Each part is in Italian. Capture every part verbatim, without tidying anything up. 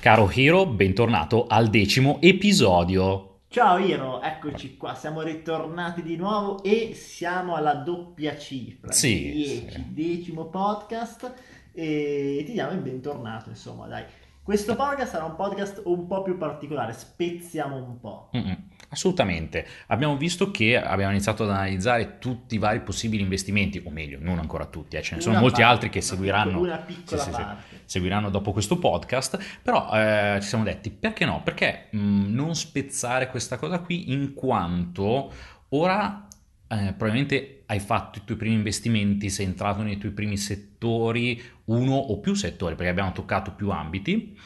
Caro Hiro, bentornato al decimo episodio. Ciao Iro, eccoci qua, siamo ritornati di nuovo e siamo alla doppia cifra, Sì, sì. dieci, decimo podcast e ti diamo il bentornato, insomma, dai. Questo podcast sarà un podcast un po' più particolare, spezziamo un po'. Mm-mm, assolutamente. Abbiamo visto che abbiamo iniziato ad analizzare tutti i vari possibili investimenti, o meglio, non ancora tutti, eh, ce ne sono Una molti altri parte, che una, picco- seguiranno, una sì, piccola sì, sì, parte. seguiranno dopo questo podcast, però eh, ci siamo detti perché no? Perché mh, non spezzare questa cosa qui in quanto ora eh, probabilmente hai fatto i tuoi primi investimenti, sei entrato nei tuoi primi settori, uno o più settori, perché abbiamo toccato più ambiti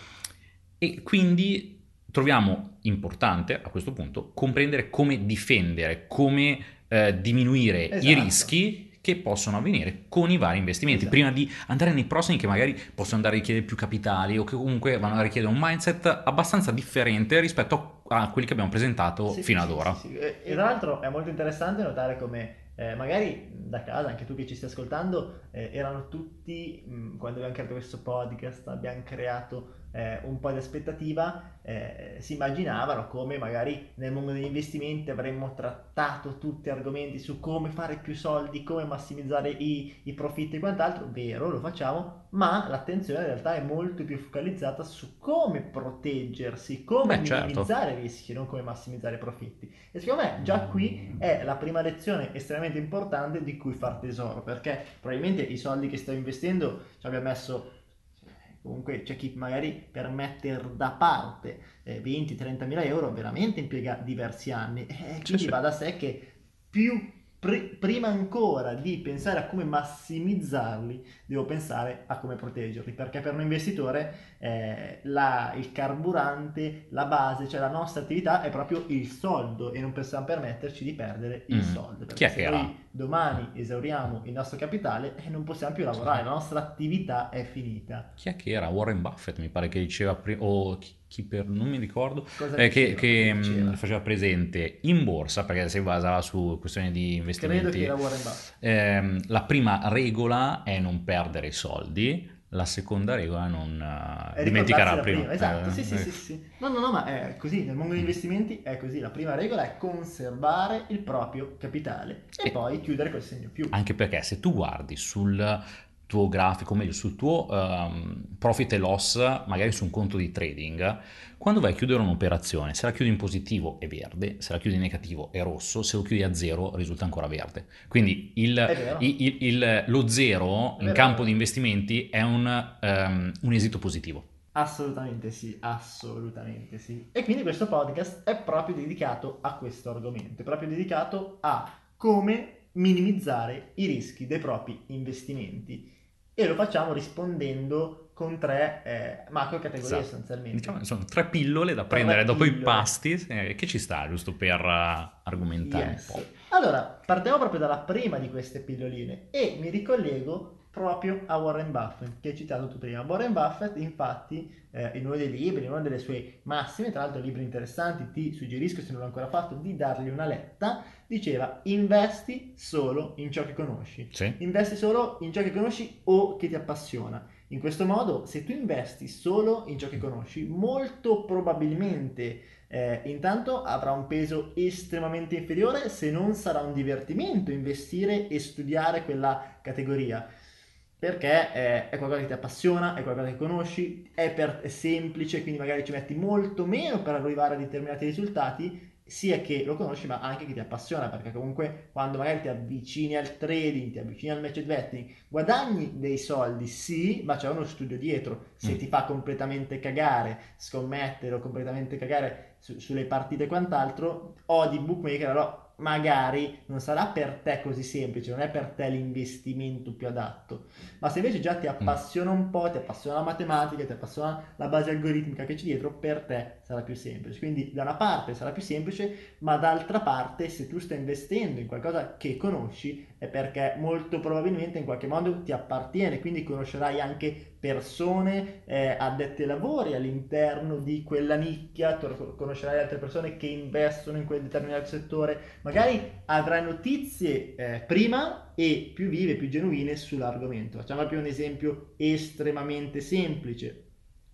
e quindi troviamo importante a questo punto comprendere come difendere, come eh, diminuire i Esatto, rischi che possono avvenire con i vari investimenti, prima esatto. di andare nei prossimi che magari possono andare a richiedere più capitali o che comunque vanno a richiedere un mindset abbastanza differente rispetto a quelli che abbiamo presentato Sì, fino ad sì, sì, ora. sì. E, e tra l'altro è molto interessante notare come eh, magari da casa, anche tu che ci stai ascoltando, eh, erano tutti, mh, quando abbiamo creato questo podcast, abbiamo creato eh, un po' di aspettativa, eh, si immaginavano come magari nel mondo degli investimenti avremmo trattato tutti argomenti su come fare più soldi, come massimizzare i, i profitti e quant'altro. Vero, lo facciamo, ma l'attenzione in realtà è molto più focalizzata su come proteggersi, come Beh, certo. minimizzare i rischi, non come massimizzare i profitti. E secondo me già qui è la prima lezione estremamente importante di cui far tesoro, perché probabilmente i soldi che sto investendo ci abbiamo messo, comunque c'è chi magari per mettere da parte eh, venti trenta mila euro veramente impiega diversi anni, e Sì, quindi sì. va da sé che più pri- prima ancora di pensare a come massimizzarli, devo pensare a come proteggerli, perché per un investitore eh, la- il carburante, la base, cioè la nostra attività è proprio il soldo e non possiamo permetterci di perdere il Mm. soldo, Chi perché è se che era? noi domani esauriamo il nostro capitale eh, non possiamo più Sì, sì. lavorare, la nostra attività è finita. Chi è che era? Warren Buffett mi pare che diceva, pre- o chi, chi per, non mi ricordo, Cosa eh, che, diceva? Cosa che, mh, diceva? faceva presente in borsa, perché si basava su questioni di Credo che investimenti, era Warren Buffett. ehm, la prima regola è non perdere i soldi, la seconda regola è non eh, E dimenticare ricordarsi la la prima. prima, esatto, sì, sì, Eh, sì, sì. No, no, no, ma è così, nel mondo degli eh. investimenti è così, la prima regola è conservare il proprio capitale e E poi chiudere col segno più. anche perché se tu guardi sul tuo grafico, o meglio sul tuo ehm, profit e loss, magari su un conto di trading, quando vai a chiudere un'operazione, se la chiudi in positivo è verde, se la chiudi in negativo è rosso, se lo chiudi a zero risulta ancora verde. Quindi il- È vero, il- il- lo zero è in vero, è campo di vero. investimenti è un, ehm, un esito positivo. Assolutamente sì, assolutamente sì. E quindi questo podcast è proprio dedicato a questo argomento, è proprio dedicato a come minimizzare i rischi dei propri investimenti. E lo facciamo rispondendo con tre eh, macro categorie Esatto. Diciamo essenzialmente. che sono tre pillole da prendere Tre dopo i pillole. pasti, eh, che ci sta, giusto per eh, argomentare un po'. Yes. Allora, partiamo proprio dalla prima di queste pilloline e mi ricollego proprio a Warren Buffett, che hai citato tu prima. Warren Buffett, infatti, eh, in uno dei libri, in una delle sue massime, tra l'altro libri interessanti, ti suggerisco, se non l'ho ancora fatto, di dargli una letta, diceva investi solo in ciò che conosci. Sì? Investi solo in ciò che conosci o che ti appassiona. In questo modo, se tu investi solo in ciò che conosci, molto probabilmente eh, intanto avrà un peso estremamente inferiore se non sarà un divertimento investire e studiare quella categoria. Perché eh, è qualcosa che ti appassiona, è qualcosa che conosci, è, per- è semplice, quindi magari ci metti molto meno per arrivare a determinati risultati, sia che lo conosci ma anche che ti appassiona, perché comunque quando magari ti avvicini al trading, ti avvicini al match betting, guadagni dei soldi, sì, ma c'è uno studio dietro. Se Mm. ti fa completamente cagare, scommettere o completamente cagare su- sulle partite e quant'altro, o di bookmaker, allora magari non sarà per te così semplice, non è per te l'investimento più adatto. Ma se invece già ti Mm. appassiona un po', ti appassiona la matematica, ti appassiona la base algoritmica che c'è dietro, per te sarà più semplice. Quindi da una parte sarà più semplice, ma d'altra parte se tu stai investendo in qualcosa che conosci è perché molto probabilmente in qualche modo ti appartiene, quindi conoscerai anche persone eh, addette ai lavori all'interno di quella nicchia, tu conoscerai altre persone che investono in quel determinato settore, magari avrai notizie eh, prima e più vive, più genuine sull'argomento. Facciamo proprio un esempio estremamente semplice.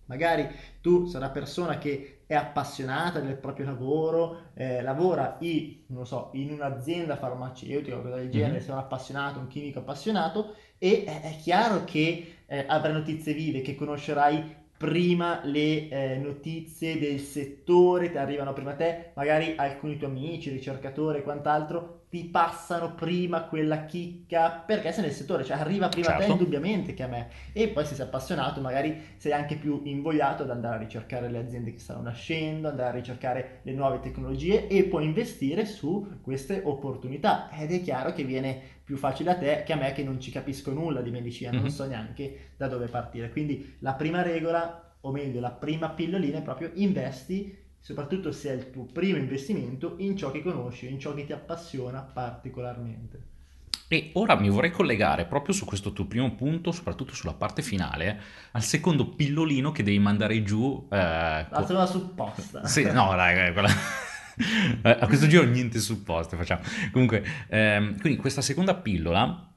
Magari tu sei una persona che è appassionata del proprio lavoro, eh, lavora in, non lo so, in un'azienda farmaceutica o cosa del genere, Mhm. sei un appassionato, un chimico appassionato, e è, è chiaro che eh, avrai notizie vive, che conoscerai prima le eh, notizie del settore, ti arrivano prima a te, magari alcuni tuoi amici, ricercatori e quant'altro ti passano prima quella chicca perché sei nel settore, cioè arriva prima a te Certo. indubbiamente che a me. E poi se sei appassionato magari sei anche più invogliato ad andare a ricercare le aziende che stanno nascendo, andare a ricercare le nuove tecnologie e poi investire su queste opportunità. Ed è chiaro che viene più facile a te che a me che non ci capisco nulla di medicina, non Mhm. so neanche da dove partire. Quindi la prima regola, o meglio la prima pillolina è proprio investi, soprattutto se è il tuo primo investimento, in ciò che conosci, in ciò che ti appassiona particolarmente. E ora mi vorrei collegare proprio su questo tuo primo punto, soprattutto sulla parte finale, al secondo pillolino che devi mandare giù. eh, La co- sola supposta. sì, no, dai, quella... Eh, a questo giro niente supposte facciamo. Comunque, ehm, quindi questa seconda pillola,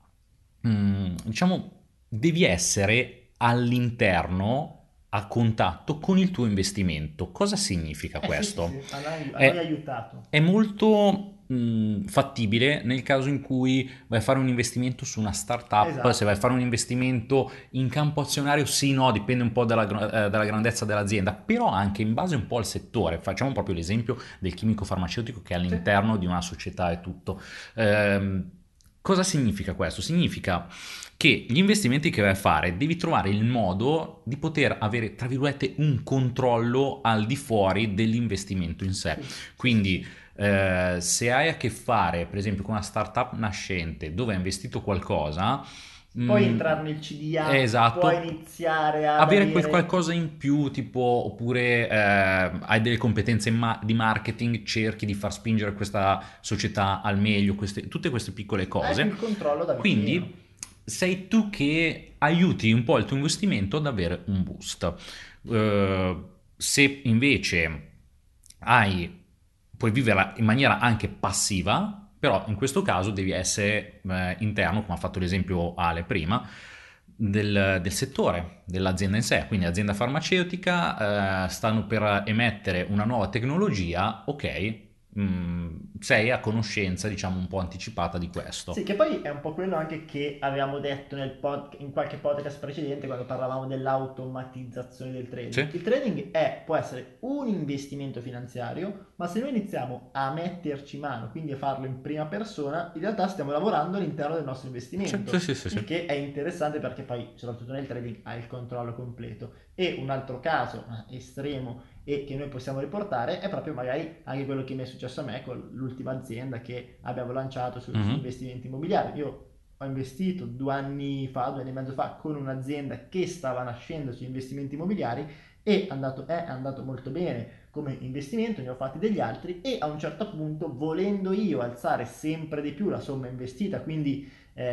mm, diciamo, devi essere all'interno, a contatto con il tuo investimento. Cosa significa Eh sì, sì, questo? sì, a noi, a noi ha È, aiutato. è molto mh, fattibile nel caso in cui vai a fare un investimento su una startup, se vai a Esatto. fare un investimento in campo azionario, sì, no, dipende un po' dalla, gra- eh, dalla grandezza dell'azienda, però anche in base un po' al settore. Facciamo proprio l'esempio del chimico farmaceutico che è Sì. all'interno di una società e tutto. Ehm, cosa significa questo? Significa che gli investimenti che vai a fare devi trovare il modo di poter avere, tra virgolette, un controllo al di fuori dell'investimento in sé. Sì, sì, sì, Quindi sì. eh, se hai a che fare, per esempio, con una startup nascente dove hai investito qualcosa, Puoi mh, entrare nel C D è A, puoi esatto, iniziare ad avere quel avere... qualcosa in più, tipo, oppure eh, hai delle competenze in ma- di marketing, cerchi di far spingere questa società al meglio, queste- tutte queste piccole Hai più cose. il controllo da vicino. Quindi sei tu che aiuti un po' il tuo investimento ad avere un boost. Eh, se invece hai, puoi viverla in maniera anche passiva, però in questo caso devi essere eh, interno, come ha fatto l'esempio Ale prima, del, del settore, dell'azienda in sé. Quindi azienda farmaceutica, eh, stanno per emettere una nuova tecnologia, ok, mh, sei a conoscenza, diciamo, un po' anticipata di Sì, questo. che poi è un po' quello anche che avevamo detto nel pod- in qualche podcast precedente quando parlavamo dell'automatizzazione del Sì? trading. Il trading è, può essere un investimento finanziario, ma se noi iniziamo a metterci mano, quindi a farlo in prima persona, in realtà stiamo lavorando all'interno del nostro Sì, sì, investimento, sì, sì, il sì. che è interessante perché poi, soprattutto nel trading, hai il controllo completo. E un altro caso eh, estremo e che noi possiamo riportare è proprio magari anche quello che mi è successo a me con l'ultima azienda che abbiamo lanciato su- sugli Mhm. investimenti immobiliari. Io ho investito due anni fa, due anni e mezzo fa, con un'azienda che stava nascendo sugli investimenti immobiliari e è andato, è andato molto bene come investimento, ne ho fatti degli altri e a un certo punto, volendo io alzare sempre di più la somma investita, quindi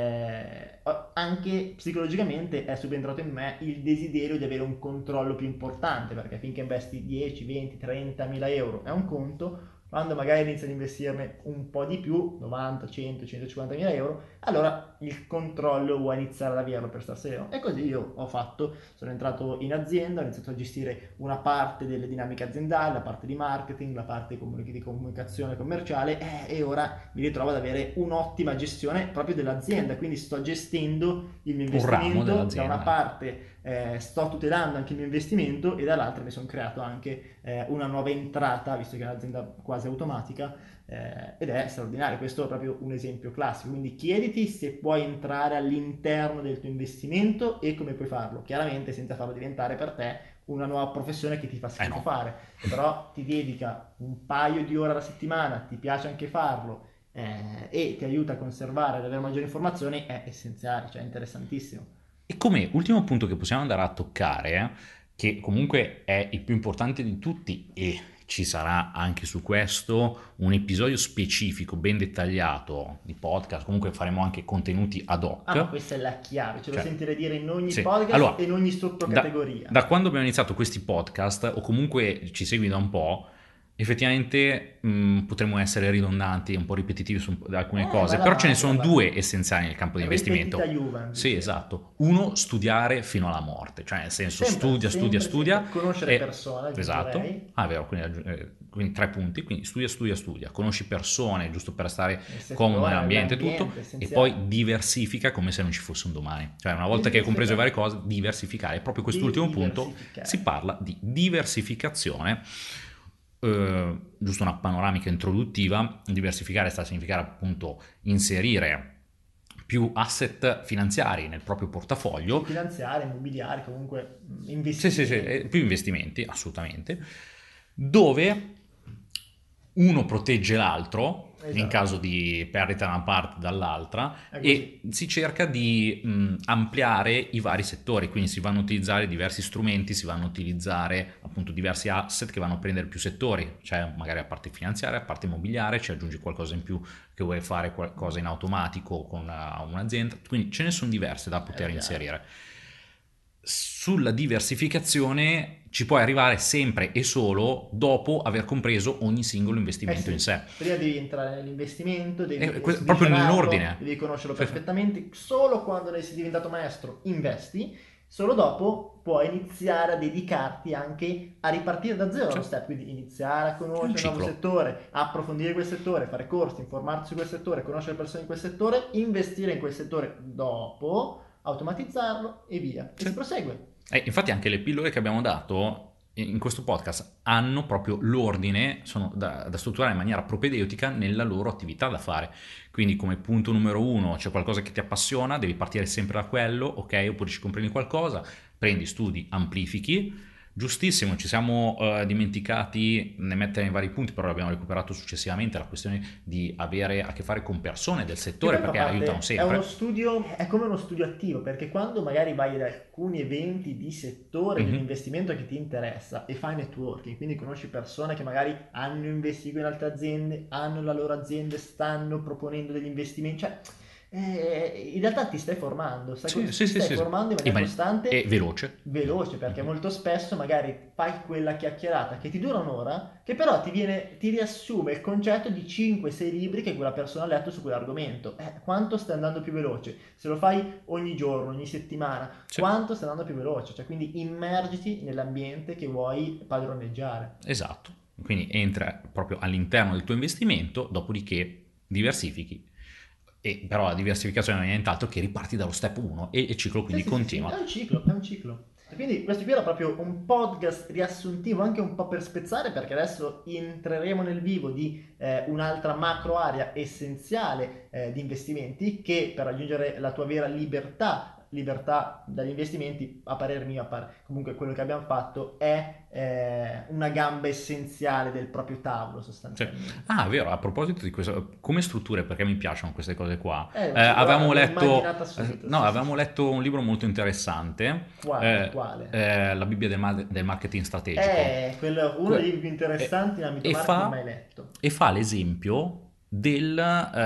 eh, anche psicologicamente è subentrato in me il desiderio di avere un controllo più importante, perché finché investi dieci, venti, trenta mila euro è un conto, quando magari inizi ad investirne un po' di più, novanta, cento, centocinquanta mila euro, allora il controllo vuoi iniziare ad averlo per star sereno. E così io ho fatto, sono entrato in azienda, ho iniziato a gestire una parte delle dinamiche aziendali, la parte di marketing, la parte di comunicazione commerciale eh, e ora mi ritrovo ad avere un'ottima gestione proprio dell'azienda, quindi sto gestendo il mio Un ramo investimento, da una dell'azienda, ecco. parte eh, sto tutelando anche il mio investimento e dall'altra mi sono creato anche eh, una nuova entrata, visto che è un'azienda quasi automatica, eh, ed è straordinario. Questo è proprio un esempio classico. Quindi chiediti se puoi entrare all'interno del tuo investimento e come puoi farlo, chiaramente senza farlo diventare per te una nuova professione che ti fa Eh schifo no. fare, se però ti dedica un paio di ore alla settimana, ti piace anche farlo eh, e ti aiuta a conservare, ad avere maggiori informazioni, è essenziale, cioè è interessantissimo. E come ultimo punto che possiamo andare a toccare, che comunque è il più importante di tutti e ci sarà anche su questo un episodio specifico, ben dettagliato di podcast, comunque faremo anche contenuti ad Ah, ma hoc. questa è la chiave, ce lo Cioè, sentirei dire in ogni sì. podcast Allora, e in ogni da, sottocategoria. da quando abbiamo iniziato questi podcast, o comunque ci segui da un po', effettivamente mh, potremmo essere ridondanti, un po' ripetitivi su alcune Eh, cose, vai però ce ne avanti, sono vai due avanti. essenziali nel campo di Ripetita investimento. Juven, Sì, diceva. esatto. Uno, studiare fino alla morte, cioè nel senso Sempre, studia, studia, sempre, sempre. studia Conoscere e... persone, Esatto. aggiungerei, Ah, vero, quindi, aggi- eh, quindi tre punti, quindi studia, studia, studia, conosci persone, giusto per stare nel comodo settore, nell'ambiente e tutto, nell'ambiente, e poi essenziale. diversifica come se non ci fosse un domani. Cioè una Devi volta che hai compreso le varie diversificare. cose, diversificare. E proprio Devi quest'ultimo punto si diversificare. parla di diversificazione. Eh, giusto una panoramica introduttiva. Diversificare sta a significare appunto inserire più asset finanziari nel proprio Sì, portafoglio. finanziari, immobiliari, comunque mh, Sì, sì, sì, investimenti. eh, più investimenti, assolutamente, dove uno protegge l'altro in caso Esatto, di perdita da una parte o dall'altra è e così. si cerca di mh, ampliare i vari settori, quindi si vanno a utilizzare diversi strumenti, si vanno a utilizzare appunto diversi asset che vanno a prendere più settori, cioè magari a parte finanziaria, a parte immobiliare, ci aggiungi qualcosa in più che vuoi fare qualcosa in automatico con una- un'azienda, quindi ce ne sono diverse da È poter chiaro. inserire. Sulla diversificazione ci puoi arrivare sempre e solo dopo aver compreso ogni singolo Eh investimento in sì, sé. prima devi entrare nell'investimento, E devi que- proprio sviscerarlo, nell'ordine. devi conoscerlo Sì, sì. perfettamente. Solo quando ne sei diventato maestro investi, solo dopo puoi iniziare a dedicarti anche a ripartire da zero Sì. dallo step, quindi iniziare a È un conoscere un nuovo ciclo. settore, approfondire quel settore, fare corsi, informarsi su quel settore, conoscere persone in quel settore, investire in quel settore dopo, automatizzarlo e via. E si Sì. prosegue. E infatti anche le pillole che abbiamo dato in questo podcast hanno proprio l'ordine, sono da, da strutturare in maniera propedeutica nella loro attività da fare. Quindi come punto numero uno c'è qualcosa che ti appassiona, devi partire sempre da quello, ok? Oppure ci comprendi qualcosa, prendi, studi, amplifichi. Giustissimo, ci siamo eh, dimenticati ne mettere in vari punti, però l'abbiamo recuperato successivamente, la questione di avere a che fare con persone del Che settore poi fa perché aiutano parte, è uno sempre. studio, è come uno studio attivo, perché quando magari vai ad alcuni eventi di settore di un Mhm. investimento che ti interessa e fai networking, quindi conosci persone che magari hanno investito in altre aziende, hanno la loro azienda, stanno proponendo degli investimenti, cioè eh, in realtà ti stai formando, stai- Sì, sì, ti sì, stai sì, sì. formando in E maniera ma- costante, e veloce. veloce, perché Mhm. molto spesso magari fai quella chiacchierata che ti dura un'ora, che però ti viene, ti riassume il concetto di cinque sei libri che quella persona ha letto su quell'argomento. Eh, quanto stai andando più veloce? Se lo fai ogni giorno, ogni settimana, Sì, quanto stai andando più veloce? Cioè, quindi immergiti nell'ambiente che vuoi padroneggiare. esatto. Quindi entra proprio all'interno del tuo investimento, dopodiché diversifichi. E però la diversificazione non è nient'altro che riparti dallo step uno e il ciclo Sì, quindi sì, sì, sì, è continua. un ciclo, è un ciclo. E quindi questo qui era proprio un podcast riassuntivo, anche un po' per spezzare, perché adesso entreremo nel vivo di eh, un'altra macro area essenziale eh, di investimenti che per raggiungere la tua vera libertà, libertà dagli investimenti, a parer mio, a par- comunque quello che abbiamo fatto, è eh, una gamba essenziale del proprio tavolo Sì. sostanzialmente. Ah, vero, a proposito di questo, come strutture, perché mi piacciono queste cose qua. Eh, Eh, sì, guarda, avevamo l'ho letto, immaginata eh, subito, no, sì, sì, avevamo sì. letto un libro molto interessante, Quale, eh, quale? eh, La Bibbia del, ma- del marketing strategico. È quello- uno dei Que- libri più e, interessanti in ambito e marketing mai fa, letto. e fa l'esempio del,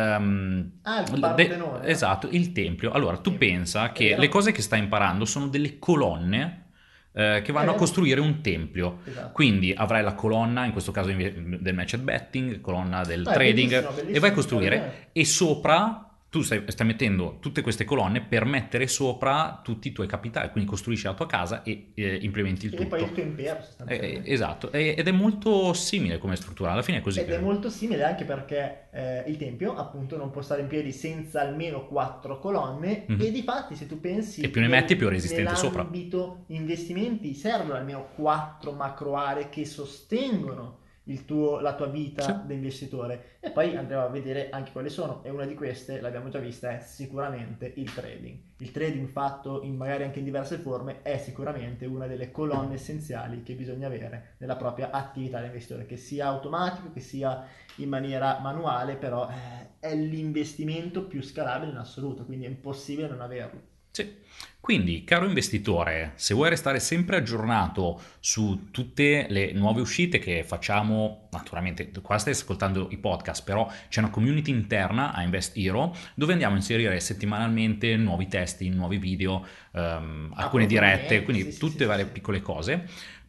ehm, Ah, il de- Partenone? esatto, il tempio. Allora, Il tu Tempio. pensa È che le vero? cose che stai imparando sono delle colonne eh, che È vanno a vero? costruire un tempio. Esatto. Quindi avrai la colonna, in questo caso inve- del match betting, colonna del No, è trading, bellissimo, e vai a bellissimo, hai ragione. costruire e sopra tu stai, stai mettendo tutte queste colonne per mettere sopra tutti i tuoi capitali, quindi costruisci la tua casa e eh, implementi il E poi il tutto. tuo impero Eh, eh, sostanzialmente. esatto, E- ed è molto simile come struttura, alla fine è così Ed è che... molto simile anche perché eh, il tempio appunto non può stare in piedi senza almeno quattro colonne e Mhm. difatti se tu E pensi più ne metti nel- più è resistente sopra. nell'ambito investimenti servono almeno quattro macro aree che sostengono il tuo- la tua Sì. vita da investitore e poi andremo a vedere anche quali sono e una di queste l'abbiamo già vista è sicuramente il trading. Il trading fatto in magari anche in diverse forme è sicuramente una delle colonne essenziali che bisogna avere nella propria attività da investitore, che sia automatico, che sia in maniera manuale, però eh, è l'investimento più scalabile in assoluto, quindi è impossibile non averlo. Sì. Quindi, caro investitore, se vuoi restare sempre aggiornato su tutte le nuove uscite che facciamo, naturalmente qua stai ascoltando i podcast, però c'è una community interna a Invest Hero dove andiamo a inserire settimanalmente nuovi testi, nuovi video, ehm, alcune dirette, Approfondimenti, sì, quindi sì, sì, tutte sì, varie sì. piccole cose.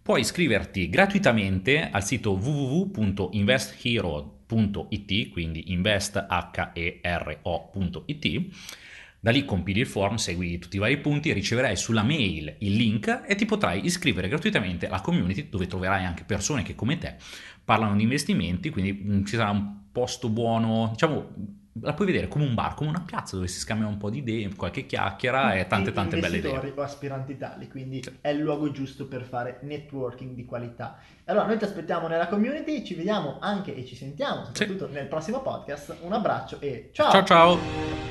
Puoi iscriverti gratuitamente al sito w w w punto investhero punto i t, quindi invest h e r o punto i t. Da lì compili il form, segui tutti i vari punti, riceverai sulla mail il link e ti potrai iscrivere gratuitamente alla community, dove troverai anche persone che come te parlano di investimenti, quindi mh, ci sarà un posto buono, diciamo, la puoi vedere come un bar, come una piazza dove si scambiano un po' di idee, qualche chiacchiera e tante Tutti tante belle investitori idee. o aspiranti tali, quindi Sì. è il luogo giusto per fare networking di qualità. Allora, noi ti aspettiamo nella community, ci vediamo anche e ci sentiamo Sì. soprattutto nel prossimo podcast. Un abbraccio e Ciao ciao! ciao!